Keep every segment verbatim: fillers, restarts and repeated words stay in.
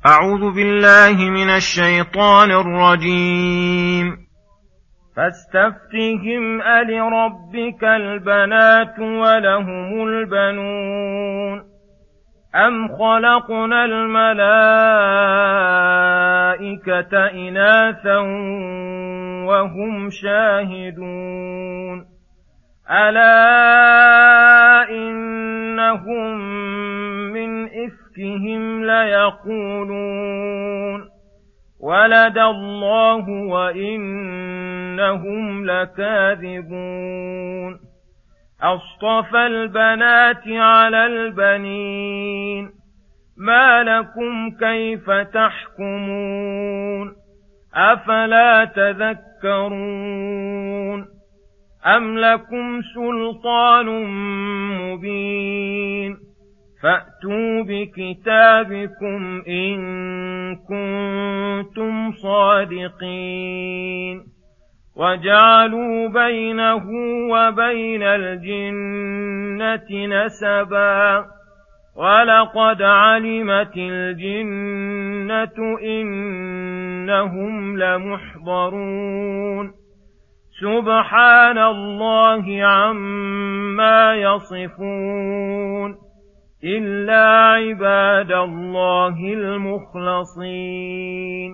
أعوذ بالله من الشيطان الرجيم. فاستفتهم ألربك البنات ولهم البنون أم خلقنا الملائكة إناثا وهم شاهدون ألا إنهم من إفكهم ليقولون ولد الله وإنهم لكاذبون أصطفى البنات على البنين ما لكم كيف تحكمون أفلا تذكرون أم لكم سلطان مبين فأتوا بكتابكم إن كنتم صادقين وجعلوا بينه وبين الجنة نسبا ولقد علمت الجنة إنهم لمحضرون سبحان الله عما يصفون إلا عباد الله المخلصين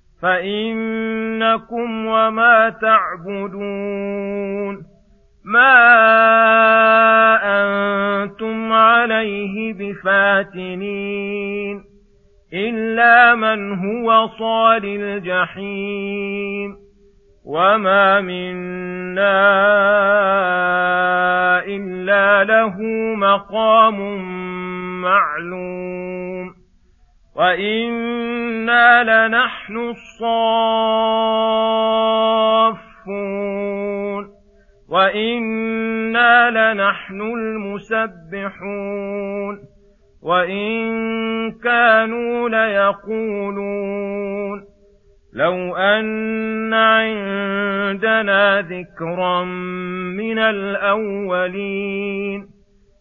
فإنكم وما تعبدون ما أنتم عليه بفاتنين إلا من هو صال الجحيم وما منا إلا له مقام معلوم وإنا لنحن الصافون وإنا لنحن المسبحون وإن كانوا ليقولون لو أن عندنا ذكرا من الأولين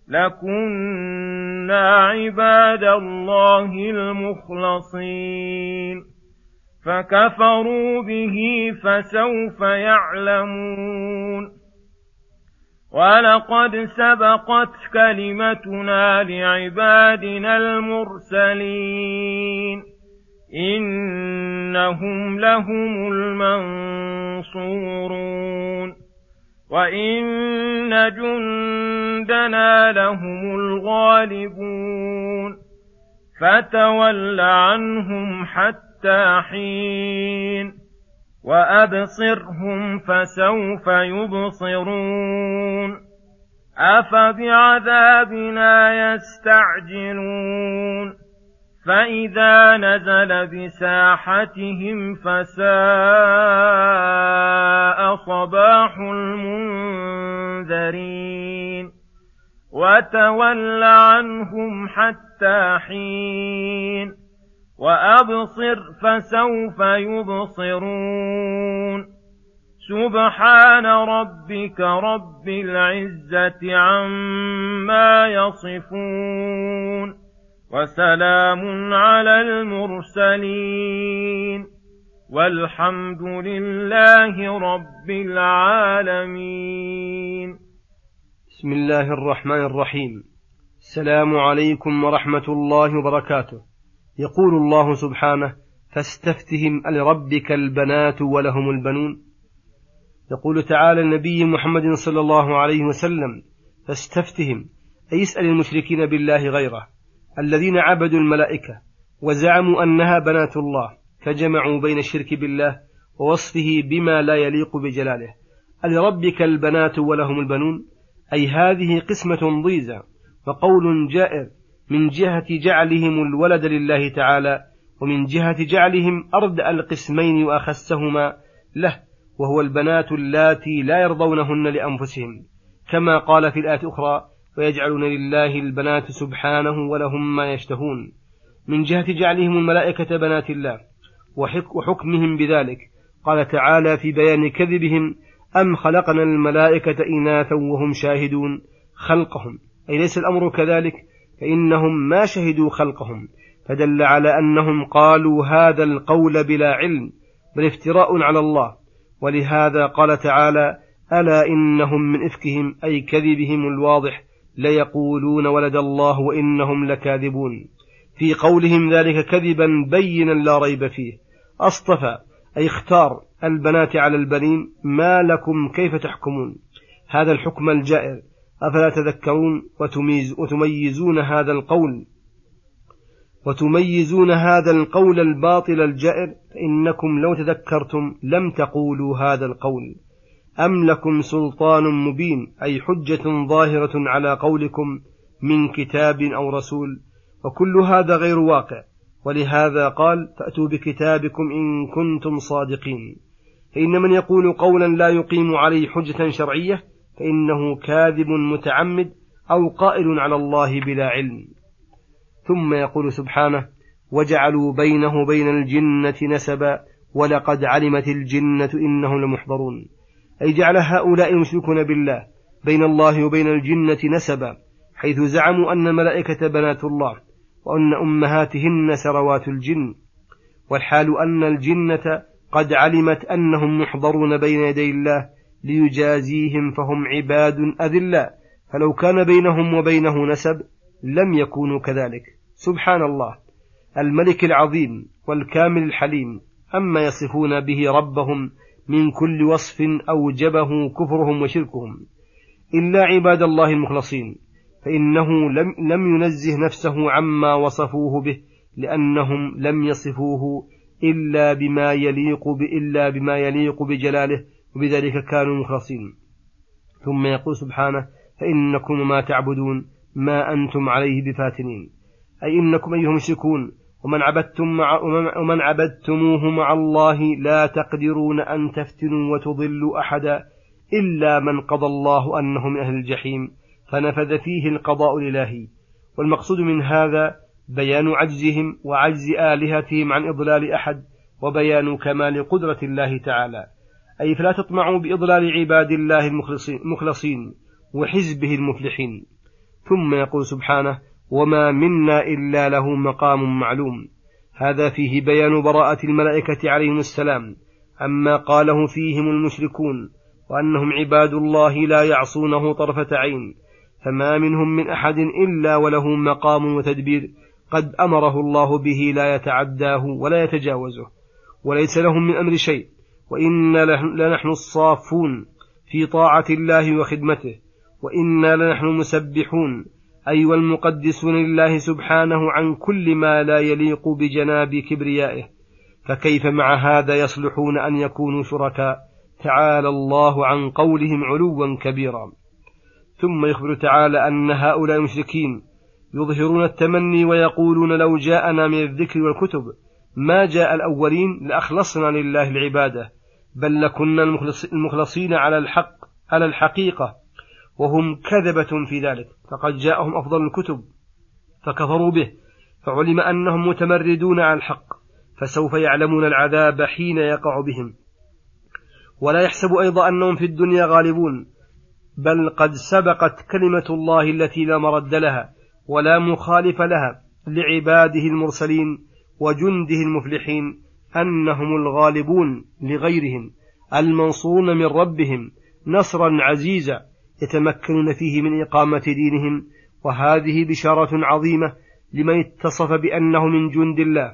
لكنا عباد الله المخلصين فكفروا به فسوف يعلمون ولقد سبقت كلمتنا لعبادنا المرسلين إنهم لهم المنصورون وإن جندنا لهم الغالبون فتول عنهم حتى حين وأبصرهم فسوف يبصرون أفبعذابنا يستعجلون فإذا نزل بساحتهم فساء صباح المنذرين وتول عنهم حتى حين وأبصر فسوف يبصرون سبحان ربك رب العزة عما يصفون وسلام على المرسلين والحمد لله رب العالمين. بسم الله الرحمن الرحيم. السلام عليكم ورحمة الله وبركاته. يقول الله سبحانه: فاستفتهم ألربك البنات ولهم البنون. يقول تعالى النبي محمد صلى الله عليه وسلم: فاستفتهم، أي اسأل المشركين بالله غيره الذين عبدوا الملائكة وزعموا أنها بنات الله، فجمعوا بين الشرك بالله ووصفه بما لا يليق بجلاله. ألربك البنات ولهم البنون، أي هذه قسمة ضيزة وقول جائر من جهة جعلهم الولد لله تعالى، ومن جهة جعلهم أردأ القسمين وأخسهما له، وهو البنات اللاتي لا يرضونهن لأنفسهم، كما قال في الآية الأخرى: ويجعلون لله البنات سبحانه ولهم ما يشتهون. من جهة جعلهم الملائكة بنات الله وحكمهم بذلك، قال تعالى في بيان كذبهم: أم خلقنا الملائكة إناثا وهم شاهدون خلقهم، أي ليس الأمر كذلك، فإنهم ما شهدوا خلقهم، فدل على أنهم قالوا هذا القول بلا علم بل افتراء على الله. ولهذا قال تعالى: ألا إنهم من إفكهم أي كذبهم الواضح ليقولون ولد الله وإنهم لكاذبون، في قولهم ذلك كذبا بينا لا ريب فيه. أصطفى أي اختار البنات على البنين، ما لكم كيف تحكمون، هذا الحكم الجائر، أفلا تذكرون وتميز وتميزون هذا القول وتميزون هذا القول الباطل الجائر، فإنكم لو تذكرتم لم تقولوا هذا القول. أم لكم سلطان مبين أي حجة ظاهرة على قولكم من كتاب أو رسول، وكل هذا غير واقع. ولهذا قال: فأتوا بكتابكم إن كنتم صادقين. فإن من يقول قولا لا يقيم عليه حجة شرعية فإنه كاذب متعمد أو قائل على الله بلا علم. ثم يقول سبحانه: وجعلوا بينه وبين الجنة نسبا ولقد علمت الجنة إنهم لمحضرون، أي جعل هؤلاء المشركون بالله بين الله وبين الجنة نسبا، حيث زعموا أن الملائكة بنات الله وأن أمهاتهن سروات الجن، والحال أن الجنة قد علمت أنهم محضرون بين يدي الله ليجازيهم فهم عباد أذلاء، فلو كان بينهم وبينه نسب لم يكونوا كذلك. سبحان الله الملك العظيم والكامل الحليم أما يصفون به ربهم من كل وصف أوجبه كفرهم وشركهم، إلا عباد الله المخلصين فإنه لم, لم ينزه نفسه عما وصفوه به، لأنهم لم يصفوه إلا بما يليق إلا بما يليق بجلاله، وبذلك كانوا مخلصين. ثم يقول سبحانه: فإنكم ما تعبدون ما أنتم عليه بفاتنين، أي إنكم أيها المشركون ومن عبدتم مع ومن عبدتموه مع الله لا تقدرون أن تفتنوا وتضلوا أحدا إلا من قضى الله أنه من أهل الجحيم فنفذ فيه القضاء الإلهي. والمقصود من هذا بيان عجزهم وعجز آلهتهم عن إضلال أحد، وبيان كمال قدرة الله تعالى، أي فلا تطمعوا بإضلال عباد الله المخلصين وحزبه المفلحين. ثم يقول سبحانه: وما منا إلا له مقام معلوم. هذا فيه بيان براءة الملائكة عليهم السلام عما قاله فيهم المشركون، وأنهم عباد الله لا يعصونه طرفة عين، فما منهم من أحد إلا وله مقام وتدبير قد أمره الله به لا يتعداه ولا يتجاوزه، وليس لهم من أمر شيء، وإنا لنحن الصافون في طاعة الله وخدمته، وإنا لنحن مسبحون أي والمقدسون لله سبحانه عن كل ما لا يليق بجناب كبريائه، فكيف مع هذا يصلحون أن يكونوا شركاء؟ تعالى الله عن قولهم علوا كبيرا. ثم يخبر تعالى أن هؤلاء المشركين يظهرون التمني ويقولون: لو جاءنا من الذكر والكتب ما جاء الأولين لأخلصنا لله العبادة، بل لكنا المخلصين على الحق على الحقيقة، وهم كذبة في ذلك، فقد جاءهم أفضل الكتب فكفروا به، فعلم أنهم متمردون على الحق، فسوف يعلمون العذاب حين يقع بهم. ولا يحسب أيضا أنهم في الدنيا غالبون، بل قد سبقت كلمة الله التي لا مرد لها ولا مخالف لها لعباده المرسلين وجنده المفلحين أنهم الغالبون لغيرهم المنصورون من ربهم نصرا عزيزا يتمكنون فيه من إقامة دينهم. وهذه بشارة عظيمة لمن اتصف بأنه من جند الله،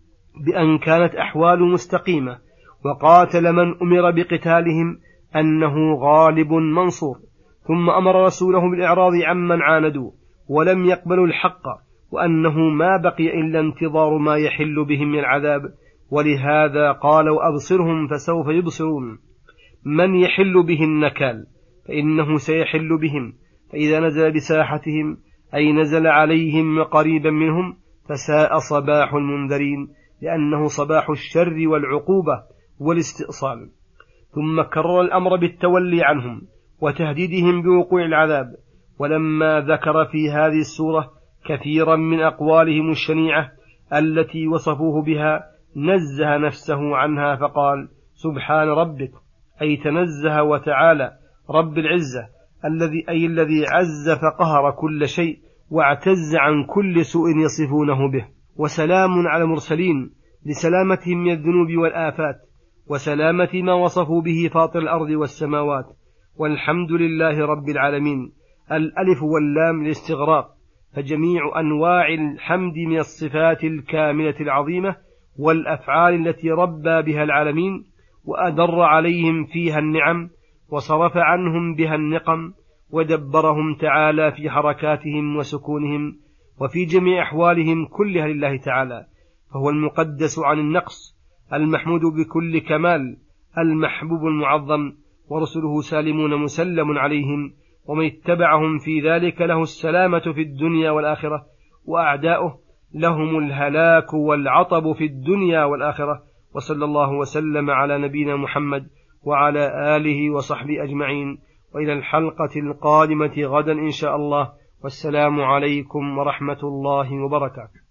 بأن كانت أحواله مستقيمة، وقاتل من أمر بقتالهم أنه غالب منصور. ثم أمر رسوله بالإعراض عمن عاندوا ولم يقبلوا الحق، وأنه ما بقي إلا انتظار ما يحل بهم من العذاب. ولهذا قال: وأبصرهم فسوف يبصرون. من يحل به النكال فإنه سيحل بهم، فإذا نزل بساحتهم أي نزل عليهم قريبا منهم فساء صباح المنذرين، لأنه صباح الشر والعقوبة والاستئصال. ثم كرر الأمر بالتولي عنهم وتهديدهم بوقوع العذاب. ولما ذكر في هذه السورة كثيرا من أقوالهم الشنيعة التي وصفوه بها نزه نفسه عنها فقال: سبحان ربك، أي تنزه وتعالى رب العزة الذي أي الذي عز فقهر كل شيء واعتز عن كل سوء يصفونه به وسلام على المرسلين لسلامتهم من الذنوب والآفات، وسلامة ما وصفوا به فاطر الأرض والسماوات. والحمد لله رب العالمين. الألف واللام للاستغراق، فجميع أنواع الحمد من الصفات الكاملة العظيمة والأفعال التي ربى بها العالمين وأدر عليهم فيها النعم وصرف عنهم بها النقم، ودبرهم تعالى في حركاتهم وسكونهم وفي جميع أحوالهم كلها لله تعالى، فهو المقدس عن النقص، المحمود بكل كمال، المحبوب المعظم، ورسله سالمون مسلم عليهم، ومن اتبعهم في ذلك له السلامة في الدنيا والآخرة، وأعداؤه لهم الهلاك والعطب في الدنيا والآخرة. وصلى الله وسلم على نبينا محمد وعلى آله وصحبه أجمعين، وإلى الحلقة القادمة غدا إن شاء الله، والسلام عليكم ورحمة الله وبركاته.